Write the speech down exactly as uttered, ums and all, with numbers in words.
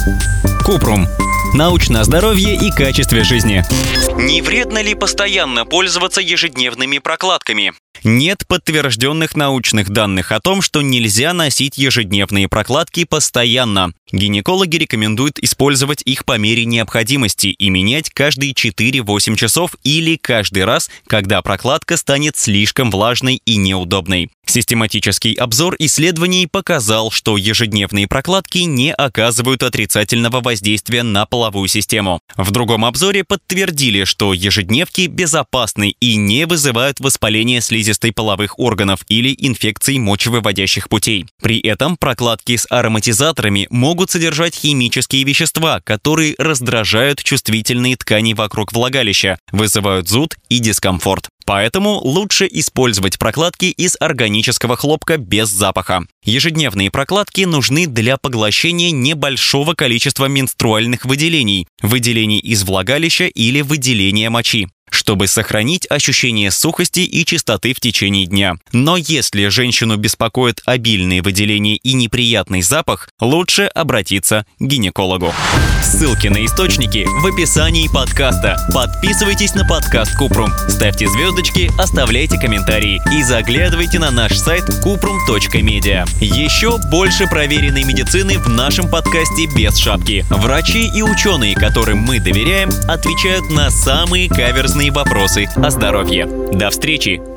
Купрум. Научное здоровье и качестве жизни. Не вредно ли постоянно пользоваться ежедневными прокладками? Нет подтвержденных научных данных о том, что нельзя носить ежедневные прокладки постоянно. Гинекологи рекомендуют использовать их по мере необходимости и менять каждые четыре-восемь часов или каждый раз, когда прокладка станет слишком влажной и неудобной. Систематический обзор исследований показал, что ежедневные прокладки не оказывают отрицательного воздействия на половую систему. В другом обзоре подтвердили, что ежедневки безопасны и не вызывают воспаления слизистой половых органов или инфекций мочевыводящих путей. При этом прокладки с ароматизаторами могут содержать химические вещества, которые раздражают чувствительные ткани вокруг влагалища, вызывают зуд и дискомфорт. Поэтому лучше использовать прокладки из органического хлопка без запаха. Ежедневные прокладки нужны для поглощения небольшого количества менструальных выделений, выделений из влагалища или выделения мочи, чтобы сохранить ощущение сухости и чистоты в течение дня. Но если женщину беспокоят обильные выделения и неприятный запах, лучше обратиться к гинекологу. Ссылки на источники в описании подкаста. Подписывайтесь на подкаст Купрум, ставьте звездочки, оставляйте комментарии и заглядывайте на наш сайт купрум точка медиа. Еще больше проверенной медицины в нашем подкасте без шапки. Врачи и ученые, которым мы доверяем, отвечают на самые каверзные вопросы о здоровье. До встречи!